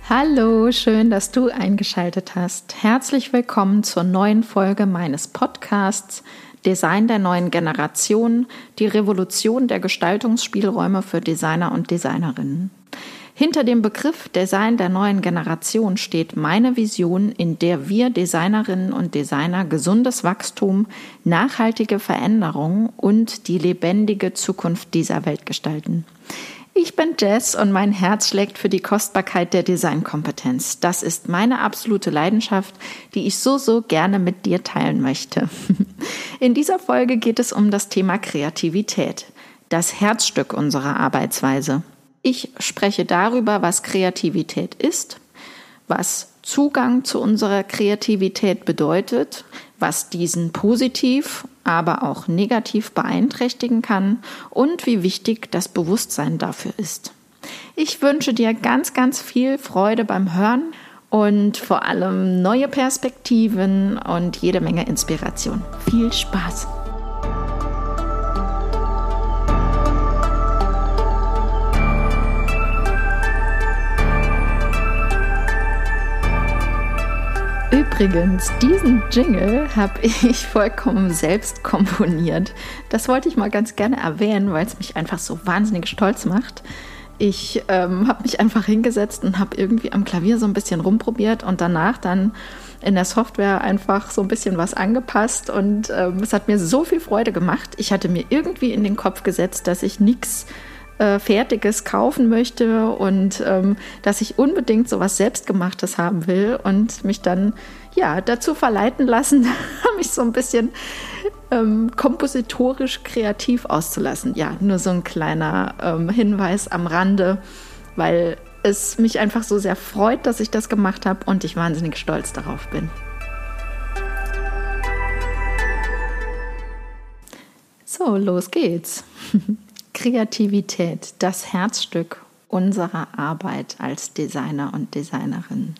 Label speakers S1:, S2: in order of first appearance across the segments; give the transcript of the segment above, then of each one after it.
S1: Hallo, schön, dass du eingeschaltet hast. Herzlich willkommen zur neuen Folge meines Podcasts Design der neuen Generation, die Revolution der Gestaltungsspielräume für Designer und Designerinnen. Hinter dem Begriff Design der neuen Generation steht meine Vision, in der wir Designerinnen und Designer gesundes Wachstum, nachhaltige Veränderung und die lebendige Zukunft dieser Welt gestalten. Ich bin Jess und mein Herz schlägt für die Kostbarkeit der Designkompetenz. Das ist meine absolute Leidenschaft, die ich so gerne mit dir teilen möchte. In dieser Folge geht es um das Thema Kreativität, das Herzstück unserer Arbeitsweise. Ich spreche darüber, was Kreativität ist, was Zugang zu unserer Kreativität bedeutet, was diesen positiv, aber auch negativ beeinträchtigen kann und wie wichtig das Bewusstsein dafür ist. Ich wünsche dir ganz viel Freude beim Hören und vor allem neue Perspektiven und jede Menge Inspiration. Viel Spaß! Übrigens, diesen Jingle habe ich vollkommen selbst komponiert. Das wollte ich mal ganz gerne erwähnen, weil es mich einfach so wahnsinnig stolz macht. Ich habe mich einfach hingesetzt und habe irgendwie am Klavier so ein bisschen rumprobiert und danach dann in der Software einfach so ein bisschen was angepasst und es hat mir so viel Freude gemacht. Ich hatte mir irgendwie in den Kopf gesetzt, dass ich nichts Fertiges kaufen möchte und dass ich unbedingt so was Selbstgemachtes haben will und mich dann dazu verleiten lassen, mich so ein bisschen kompositorisch kreativ auszulassen. Ja, nur so ein kleiner Hinweis am Rande, weil es mich einfach so sehr freut, dass ich das gemacht habe und ich wahnsinnig stolz darauf bin. So, los geht's. Kreativität, das Herzstück unserer Arbeit als Designer und Designerin.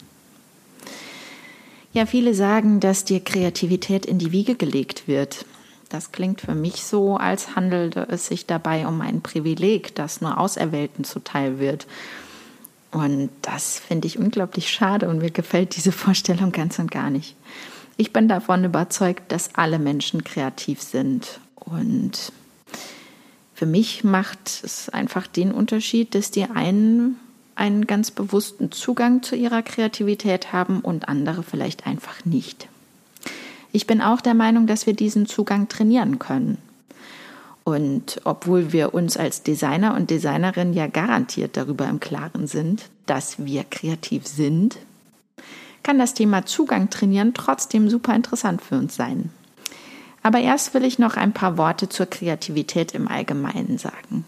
S1: Ja, viele sagen, dass dir Kreativität in die Wiege gelegt wird. Das klingt für mich so, als handelte es sich dabei um ein Privileg, das nur Auserwählten zuteil wird. Und das finde ich unglaublich schade und mir gefällt diese Vorstellung ganz und gar nicht. Ich bin davon überzeugt, dass alle Menschen kreativ sind und für mich macht es einfach den Unterschied, dass die einen ganz bewussten Zugang zu ihrer Kreativität haben und andere vielleicht einfach nicht. Ich bin auch der Meinung, dass wir diesen Zugang trainieren können. Und obwohl wir uns als Designer und Designerin ja garantiert darüber im Klaren sind, dass wir kreativ sind, kann das Thema Zugang trainieren trotzdem super interessant für uns sein. Aber erst will ich noch ein paar Worte zur Kreativität im Allgemeinen sagen.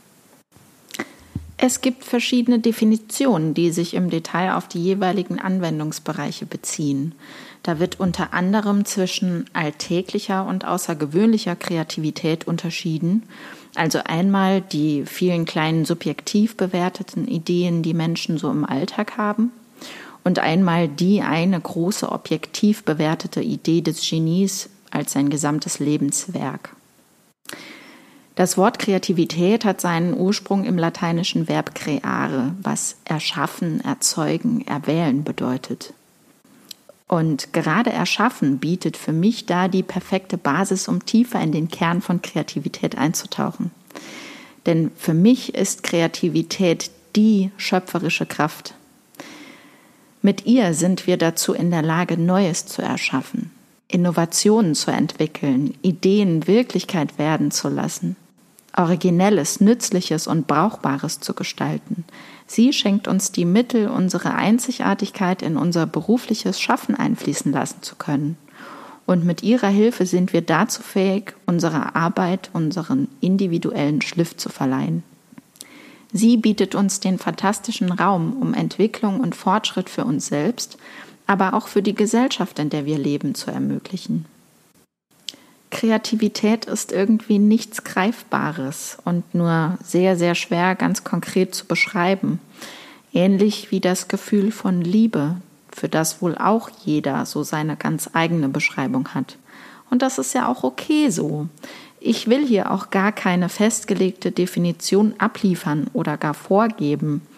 S1: Es gibt verschiedene Definitionen, die sich im Detail auf die jeweiligen Anwendungsbereiche beziehen. Da wird unter anderem zwischen alltäglicher und außergewöhnlicher Kreativität unterschieden. Also einmal die vielen kleinen subjektiv bewerteten Ideen, die Menschen so im Alltag haben. Und einmal die eine große objektiv bewertete Idee des Genies als sein gesamtes Lebenswerk. Das Wort Kreativität hat seinen Ursprung im lateinischen Verb creare, was erschaffen, erzeugen, erwählen bedeutet. Und gerade Erschaffen bietet für mich da die perfekte Basis, um tiefer in den Kern von Kreativität einzutauchen. Denn für mich ist Kreativität die schöpferische Kraft. Mit ihr sind wir dazu in der Lage, Neues zu erschaffen, Innovationen zu entwickeln, Ideen Wirklichkeit werden zu lassen, Originelles, Nützliches und Brauchbares zu gestalten. Sie schenkt uns die Mittel, unsere Einzigartigkeit in unser berufliches Schaffen einfließen lassen zu können. Und mit ihrer Hilfe sind wir dazu fähig, unserer Arbeit unseren individuellen Schliff zu verleihen. Sie bietet uns den fantastischen Raum, um Entwicklung und Fortschritt für uns selbst, aber auch für die Gesellschaft, in der wir leben, zu ermöglichen. Kreativität ist irgendwie nichts Greifbares und nur sehr schwer ganz konkret zu beschreiben. Ähnlich wie das Gefühl von Liebe, für das wohl auch jeder so seine ganz eigene Beschreibung hat. Und das ist ja auch okay so. Ich will hier auch gar keine festgelegte Definition abliefern oder gar vorgeben.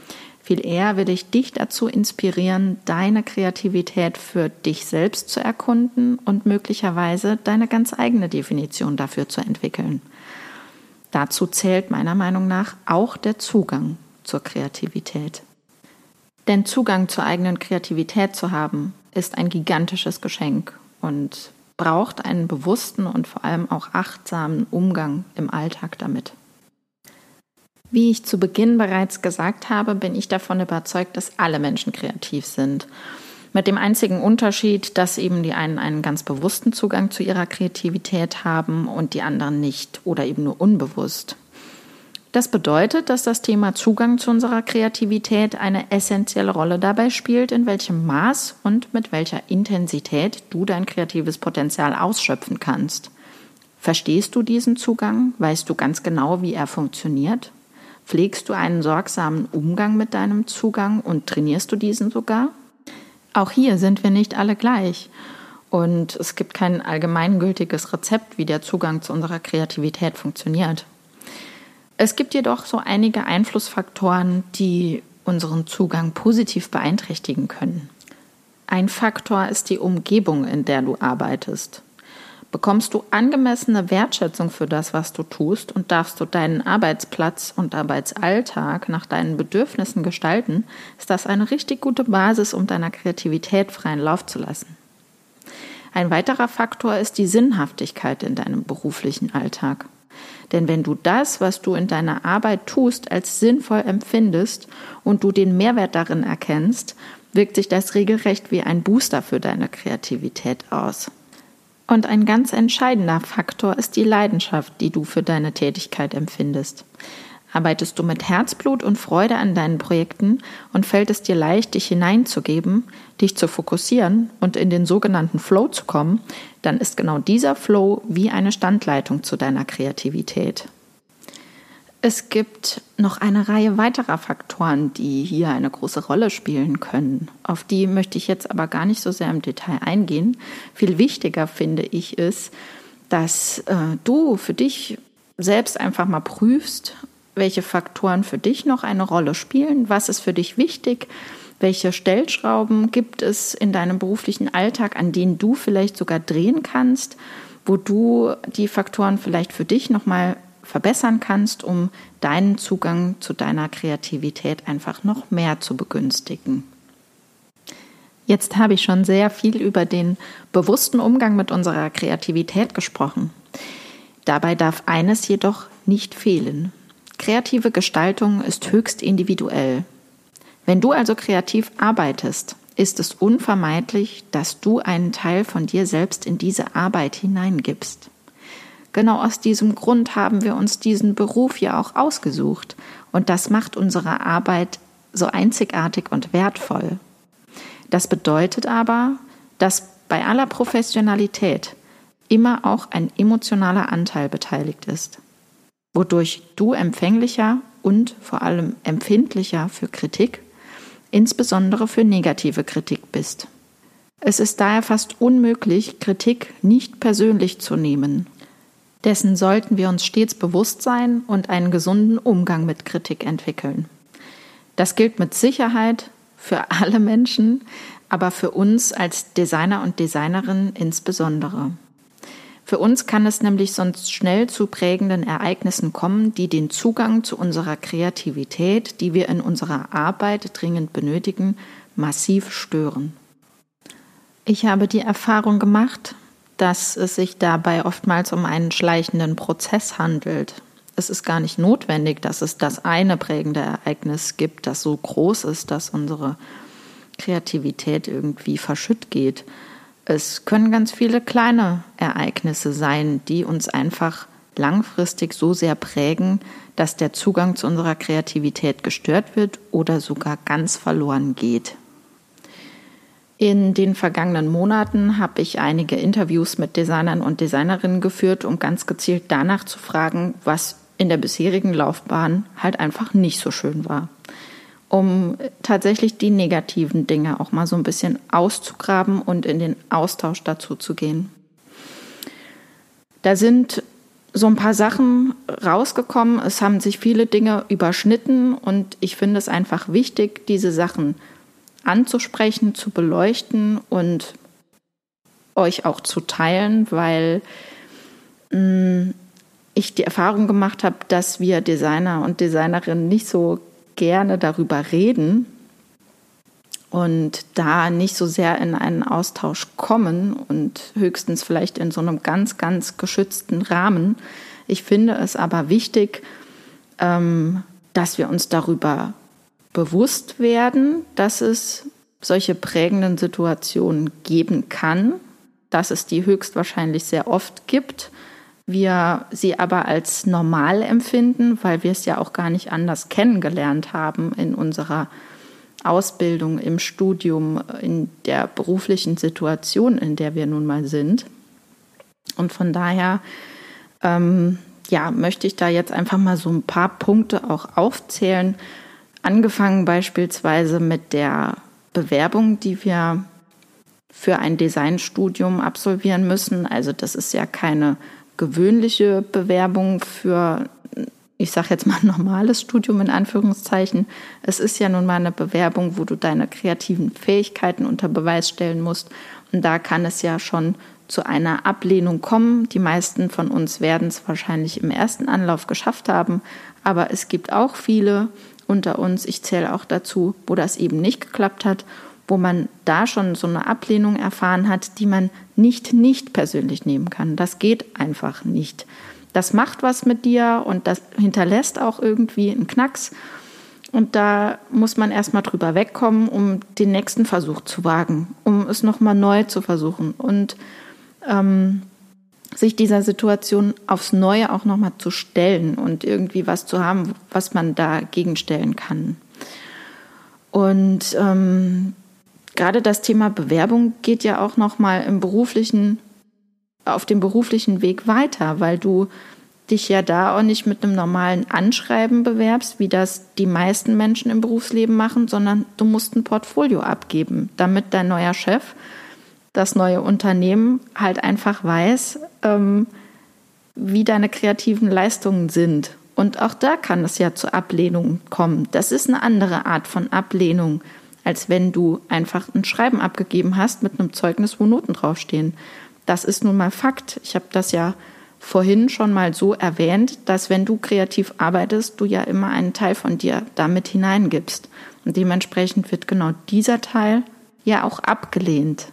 S1: Viel eher will ich dich dazu inspirieren, deine Kreativität für dich selbst zu erkunden und möglicherweise deine ganz eigene Definition dafür zu entwickeln. Dazu zählt meiner Meinung nach auch der Zugang zur Kreativität. Denn Zugang zur eigenen Kreativität zu haben, ist ein gigantisches Geschenk und braucht einen bewussten und vor allem auch achtsamen Umgang im Alltag damit. Wie ich zu Beginn bereits gesagt habe, bin ich davon überzeugt, dass alle Menschen kreativ sind. Mit dem einzigen Unterschied, dass eben die einen einen ganz bewussten Zugang zu ihrer Kreativität haben und die anderen nicht oder eben nur unbewusst. Das bedeutet, dass das Thema Zugang zu unserer Kreativität eine essentielle Rolle dabei spielt, in welchem Maß und mit welcher Intensität du dein kreatives Potenzial ausschöpfen kannst. Verstehst du diesen Zugang? Weißt du ganz genau, wie er funktioniert? Pflegst du einen sorgsamen Umgang mit deinem Zugang und trainierst du diesen sogar? Auch hier sind wir nicht alle gleich und es gibt kein allgemeingültiges Rezept, wie der Zugang zu unserer Kreativität funktioniert. Es gibt jedoch so einige Einflussfaktoren, die unseren Zugang positiv beeinträchtigen können. Ein Faktor ist die Umgebung, in der du arbeitest. Bekommst du angemessene Wertschätzung für das, was du tust und darfst du deinen Arbeitsplatz und Arbeitsalltag nach deinen Bedürfnissen gestalten, ist das eine richtig gute Basis, um deiner Kreativität freien Lauf zu lassen. Ein weiterer Faktor ist die Sinnhaftigkeit in deinem beruflichen Alltag. Denn wenn du das, was du in deiner Arbeit tust, als sinnvoll empfindest und du den Mehrwert darin erkennst, wirkt sich das regelrecht wie ein Booster für deine Kreativität aus. Und ein ganz entscheidender Faktor ist die Leidenschaft, die du für deine Tätigkeit empfindest. Arbeitest du mit Herzblut und Freude an deinen Projekten und fällt es dir leicht, dich hineinzugeben, dich zu fokussieren und in den sogenannten Flow zu kommen, dann ist genau dieser Flow wie eine Standleitung zu deiner Kreativität. Es gibt noch eine Reihe weiterer Faktoren, die hier eine große Rolle spielen können. Auf die möchte ich jetzt aber gar nicht so sehr im Detail eingehen. Viel wichtiger finde ich es, dass du für dich selbst einfach mal prüfst, welche Faktoren für dich noch eine Rolle spielen, was ist für dich wichtig, welche Stellschrauben gibt es in deinem beruflichen Alltag, an denen du vielleicht sogar drehen kannst, wo du die Faktoren vielleicht für dich nochmal verbessern kannst, um deinen Zugang zu deiner Kreativität einfach noch mehr zu begünstigen. Jetzt habe ich schon sehr viel über den bewussten Umgang mit unserer Kreativität gesprochen. Dabei darf eines jedoch nicht fehlen. Kreative Gestaltung ist höchst individuell. Wenn du also kreativ arbeitest, ist es unvermeidlich, dass du einen Teil von dir selbst in diese Arbeit hineingibst. Genau aus diesem Grund haben wir uns diesen Beruf ja auch ausgesucht und das macht unsere Arbeit so einzigartig und wertvoll. Das bedeutet aber, dass bei aller Professionalität immer auch ein emotionaler Anteil beteiligt ist, wodurch du empfänglicher und vor allem empfindlicher für Kritik, insbesondere für negative Kritik bist. Es ist daher fast unmöglich, Kritik nicht persönlich zu nehmen. Dessen sollten wir uns stets bewusst sein und einen gesunden Umgang mit Kritik entwickeln. Das gilt mit Sicherheit für alle Menschen, aber für uns als Designer und Designerin insbesondere. Für uns kann es nämlich sonst schnell zu prägenden Ereignissen kommen, die den Zugang zu unserer Kreativität, die wir in unserer Arbeit dringend benötigen, massiv stören. Ich habe die Erfahrung gemacht, dass es sich dabei oftmals um einen schleichenden Prozess handelt. Es ist gar nicht notwendig, dass es das eine prägende Ereignis gibt, das so groß ist, dass unsere Kreativität irgendwie verschütt geht. Es können ganz viele kleine Ereignisse sein, die uns einfach langfristig so sehr prägen, dass der Zugang zu unserer Kreativität gestört wird oder sogar ganz verloren geht. In den vergangenen Monaten habe ich einige Interviews mit Designern und Designerinnen geführt, um ganz gezielt danach zu fragen, was in der bisherigen Laufbahn halt einfach nicht so schön war. Um tatsächlich die negativen Dinge auch mal so ein bisschen auszugraben und in den Austausch dazu zu gehen. Da sind so ein paar Sachen rausgekommen. Es haben sich viele Dinge überschnitten und ich finde es einfach wichtig, diese Sachen anzusprechen, zu beleuchten und euch auch zu teilen, weil ich die Erfahrung gemacht habe, dass wir Designer und Designerinnen nicht so gerne darüber reden und da nicht so sehr in einen Austausch kommen und höchstens vielleicht in so einem ganz, ganz geschützten Rahmen. Ich finde es aber wichtig, dass wir uns darüber bewusst werden, dass es solche prägenden Situationen geben kann, dass es die höchstwahrscheinlich sehr oft gibt, wir sie aber als normal empfinden, weil wir es ja auch gar nicht anders kennengelernt haben in unserer Ausbildung, im Studium, in der beruflichen Situation, in der wir nun mal sind. Und von daher möchte ich da jetzt einfach mal so ein paar Punkte auch aufzählen, angefangen beispielsweise mit der Bewerbung, die wir für ein Designstudium absolvieren müssen. Also das ist ja keine gewöhnliche Bewerbung für, ich sage jetzt mal, normales Studium in Anführungszeichen. Es ist ja nun mal eine Bewerbung, wo du deine kreativen Fähigkeiten unter Beweis stellen musst. Und da kann es ja schon zu einer Ablehnung kommen. Die meisten von uns werden es wahrscheinlich im ersten Anlauf geschafft haben. Aber es gibt auch viele unter uns, ich zähle auch dazu, wo das eben nicht geklappt hat, wo man da schon so eine Ablehnung erfahren hat, die man nicht persönlich nehmen kann. Das geht einfach nicht. Das macht was mit dir und das hinterlässt auch irgendwie einen Knacks. Und da muss man erstmal drüber wegkommen, um den nächsten Versuch zu wagen, um es nochmal neu zu versuchen und sich dieser Situation aufs Neue auch nochmal zu stellen und irgendwie was zu haben, was man dagegen stellen kann. Und gerade das Thema Bewerbung geht ja auch nochmal auf dem beruflichen Weg weiter, weil du dich ja da auch nicht mit einem normalen Anschreiben bewerbst, wie das die meisten Menschen im Berufsleben machen, sondern du musst ein Portfolio abgeben, damit dein neuer Chef, das neue Unternehmen halt einfach weiß, wie deine kreativen Leistungen sind. Und auch da kann es ja zu Ablehnungen kommen. Das ist eine andere Art von Ablehnung, als wenn du einfach ein Schreiben abgegeben hast mit einem Zeugnis, wo Noten draufstehen. Das ist nun mal Fakt. Ich habe das ja vorhin schon mal so erwähnt, dass wenn du kreativ arbeitest, du ja immer einen Teil von dir damit hineingibst. Und dementsprechend wird genau dieser Teil ja auch abgelehnt.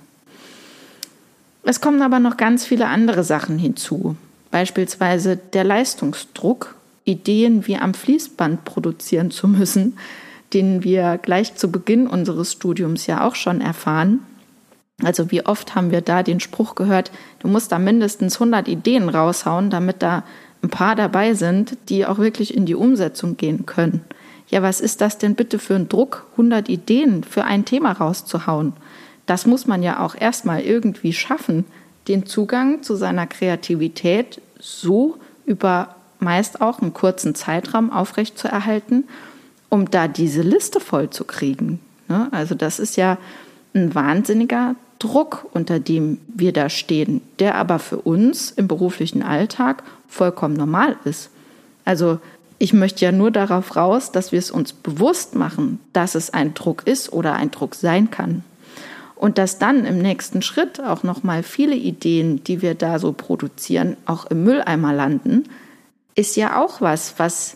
S1: Es kommen aber noch ganz viele andere Sachen hinzu. Beispielsweise der Leistungsdruck, Ideen wie am Fließband produzieren zu müssen, den wir gleich zu Beginn unseres Studiums ja auch schon erfahren. Also wie oft haben wir da den Spruch gehört, du musst da mindestens 100 Ideen raushauen, damit da ein paar dabei sind, die auch wirklich in die Umsetzung gehen können. Ja, was ist das denn bitte für ein Druck, 100 Ideen für ein Thema rauszuhauen? Das muss man ja auch erstmal irgendwie schaffen, den Zugang zu seiner Kreativität so über meist auch einen kurzen Zeitraum aufrechtzuerhalten, um da diese Liste voll zu kriegen. Also das ist ja ein wahnsinniger Druck, unter dem wir da stehen, der aber für uns im beruflichen Alltag vollkommen normal ist. Also ich möchte ja nur darauf raus, dass wir es uns bewusst machen, dass es ein Druck ist oder ein Druck sein kann. Und dass dann im nächsten Schritt auch nochmal viele Ideen, die wir da so produzieren, auch im Mülleimer landen, ist ja auch was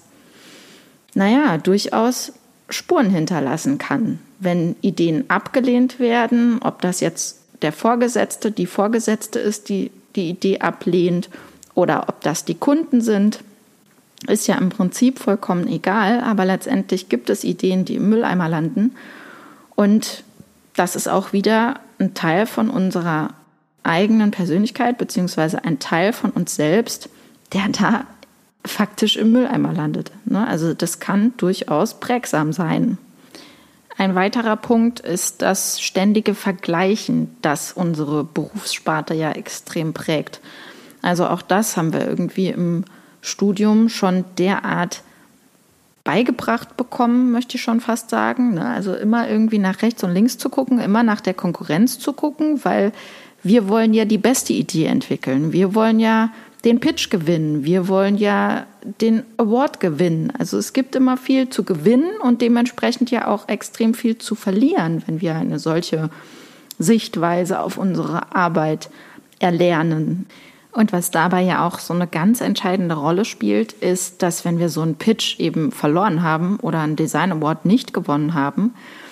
S1: durchaus Spuren hinterlassen kann. Wenn Ideen abgelehnt werden, ob das jetzt der Vorgesetzte, die Vorgesetzte ist, die die Idee ablehnt, oder ob das die Kunden sind, ist ja im Prinzip vollkommen egal, aber letztendlich gibt es Ideen, die im Mülleimer landen. Und das ist auch wieder ein Teil von unserer eigenen Persönlichkeit, beziehungsweise ein Teil von uns selbst, der da faktisch im Mülleimer landet. Also das kann durchaus prägsam sein. Ein weiterer Punkt ist das ständige Vergleichen, das unsere Berufssparte ja extrem prägt. Also auch das haben wir irgendwie im Studium schon derart beigebracht bekommen, möchte ich schon fast sagen. Also immer irgendwie nach rechts und links zu gucken, immer nach der Konkurrenz zu gucken, weil wir wollen ja die beste Idee entwickeln. Wir wollen ja den Pitch gewinnen. Wir wollen ja den Award gewinnen. Also es gibt immer viel zu gewinnen und dementsprechend ja auch extrem viel zu verlieren, wenn wir eine solche Sichtweise auf unsere Arbeit erlernen. Und was dabei ja auch so eine ganz entscheidende Rolle spielt, ist, dass wenn wir so einen Pitch eben verloren haben oder einen Design Award nicht gewonnen haben,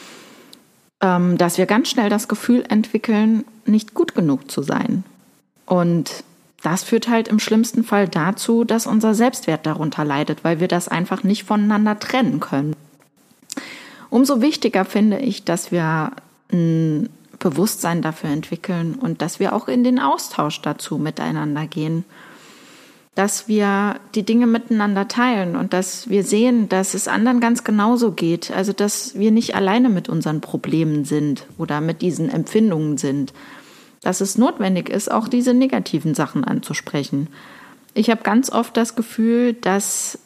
S1: dass wir ganz schnell das Gefühl entwickeln, nicht gut genug zu sein. Und das führt halt im schlimmsten Fall dazu, dass unser Selbstwert darunter leidet, weil wir das einfach nicht voneinander trennen können. Umso wichtiger finde ich, dass wir ein Bewusstsein dafür entwickeln und dass wir auch in den Austausch dazu miteinander gehen, dass wir die Dinge miteinander teilen und dass wir sehen, dass es anderen ganz genauso geht, also dass wir nicht alleine mit unseren Problemen sind oder mit diesen Empfindungen sind, dass es notwendig ist, auch diese negativen Sachen anzusprechen. Ich habe ganz oft das Gefühl, dass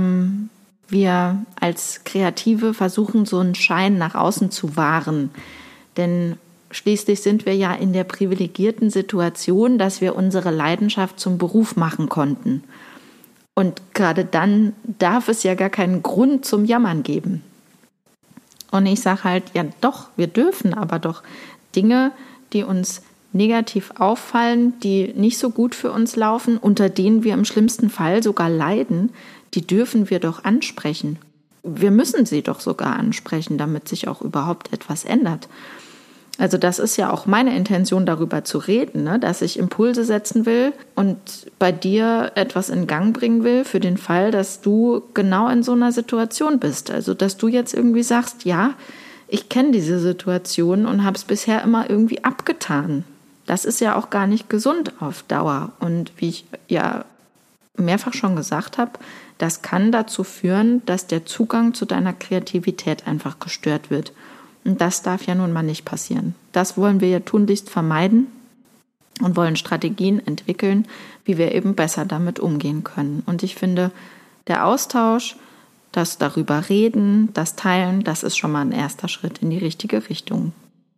S1: wir als Kreative versuchen, so einen Schein nach außen zu wahren, denn schließlich sind wir ja in der privilegierten Situation, dass wir unsere Leidenschaft zum Beruf machen konnten. Und gerade dann darf es ja gar keinen Grund zum Jammern geben. Und ich sage halt, ja doch, wir dürfen aber doch Dinge, die uns negativ auffallen, die nicht so gut für uns laufen, unter denen wir im schlimmsten Fall sogar leiden, die dürfen wir doch ansprechen. Wir müssen sie doch sogar ansprechen, damit sich auch überhaupt etwas ändert. Also das ist ja auch meine Intention, darüber zu reden, ne? Dass ich Impulse setzen will und bei dir etwas in Gang bringen will für den Fall, dass du genau in so einer Situation bist. Also dass du jetzt irgendwie sagst, ja, ich kenne diese Situation und habe es bisher immer irgendwie abgetan. Das ist ja auch gar nicht gesund auf Dauer. Und wie ich ja mehrfach schon gesagt habe, das kann dazu führen, dass der Zugang zu deiner Kreativität einfach gestört wird. Und das darf ja nun mal nicht passieren. Das wollen wir ja tunlichst vermeiden und wollen Strategien entwickeln, wie wir eben besser damit umgehen können. Und ich finde, der Austausch, das darüber reden, das Teilen, das ist schon mal ein erster Schritt in die richtige Richtung.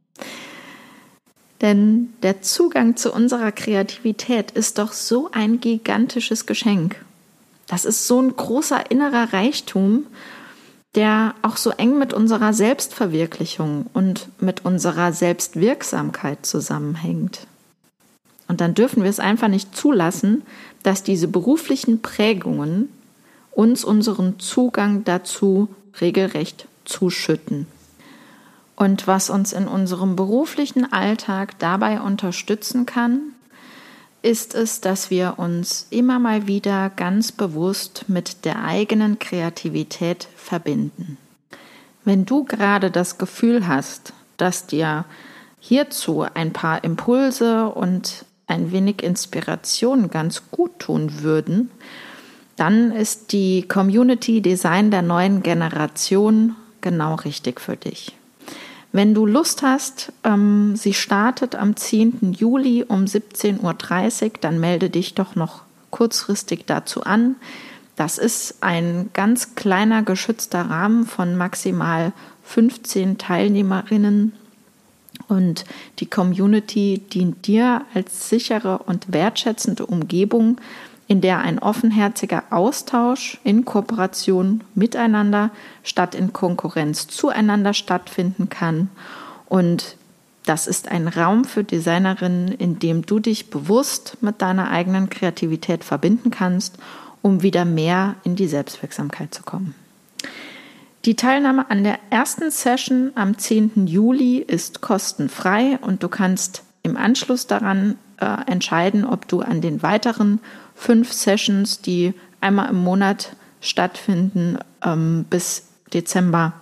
S1: Denn der Zugang zu unserer Kreativität ist doch so ein gigantisches Geschenk. Das ist so ein großer innerer Reichtum, der auch so eng mit unserer Selbstverwirklichung und mit unserer Selbstwirksamkeit zusammenhängt. Und dann dürfen wir es einfach nicht zulassen, dass diese beruflichen Prägungen uns unseren Zugang dazu regelrecht zuschütten. Und was uns in unserem beruflichen Alltag dabei unterstützen kann, ist es, dass wir uns immer mal wieder ganz bewusst mit der eigenen Kreativität verbinden. Wenn du gerade das Gefühl hast, dass dir hierzu ein paar Impulse und ein wenig Inspiration ganz gut tun würden, dann ist die Community Design der neuen Generation genau richtig für dich. Wenn du Lust hast, sie startet am 10. Juli um 17.30 Uhr, dann melde dich doch noch kurzfristig dazu an. Das ist ein ganz kleiner geschützter Rahmen von maximal 15 Teilnehmerinnen und die Community dient dir als sichere und wertschätzende Umgebung, in der ein offenherziger Austausch in Kooperation miteinander statt in Konkurrenz zueinander stattfinden kann. Und das ist ein Raum für Designerinnen, in dem du dich bewusst mit deiner eigenen Kreativität verbinden kannst, um wieder mehr in die Selbstwirksamkeit zu kommen. Die Teilnahme an der ersten Session am 10. Juli ist kostenfrei und du kannst im Anschluss daran entscheiden, ob du an den weiteren 5 Sessions, die einmal im Monat stattfinden, bis Dezember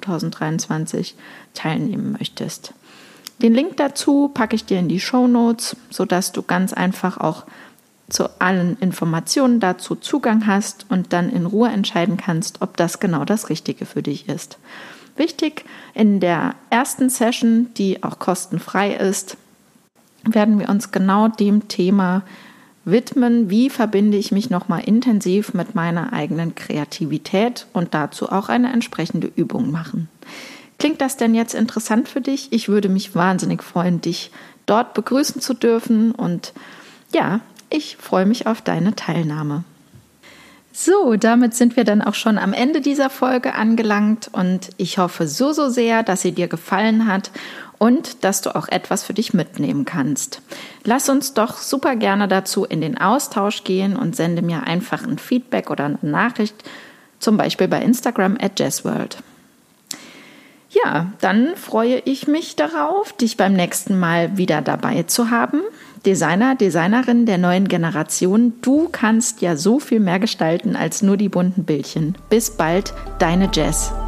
S1: 2023 teilnehmen möchtest. Den Link dazu packe ich dir in die Shownotes, sodass du ganz einfach auch zu allen Informationen dazu Zugang hast und dann in Ruhe entscheiden kannst, ob das genau das Richtige für dich ist. Wichtig, in der ersten Session, die auch kostenfrei ist, werden wir uns genau dem Thema widmen, wie verbinde ich mich nochmal intensiv mit meiner eigenen Kreativität und dazu auch eine entsprechende Übung machen. Klingt das denn jetzt interessant für dich? Ich würde mich wahnsinnig freuen, dich dort begrüßen zu dürfen und ja, Ich freue mich auf deine Teilnahme. So, damit sind wir dann auch schon am Ende dieser Folge angelangt und ich hoffe so sehr, dass sie dir gefallen hat und dass du auch etwas für dich mitnehmen kannst. Lass uns doch super gerne dazu in den Austausch gehen und sende mir einfach ein Feedback oder eine Nachricht, zum Beispiel bei Instagram @jazzworld. Ja, dann freue ich mich darauf, dich beim nächsten Mal wieder dabei zu haben. Designer, Designerin der neuen Generation, du kannst ja so viel mehr gestalten als nur die bunten Bildchen. Bis bald, deine Jazz.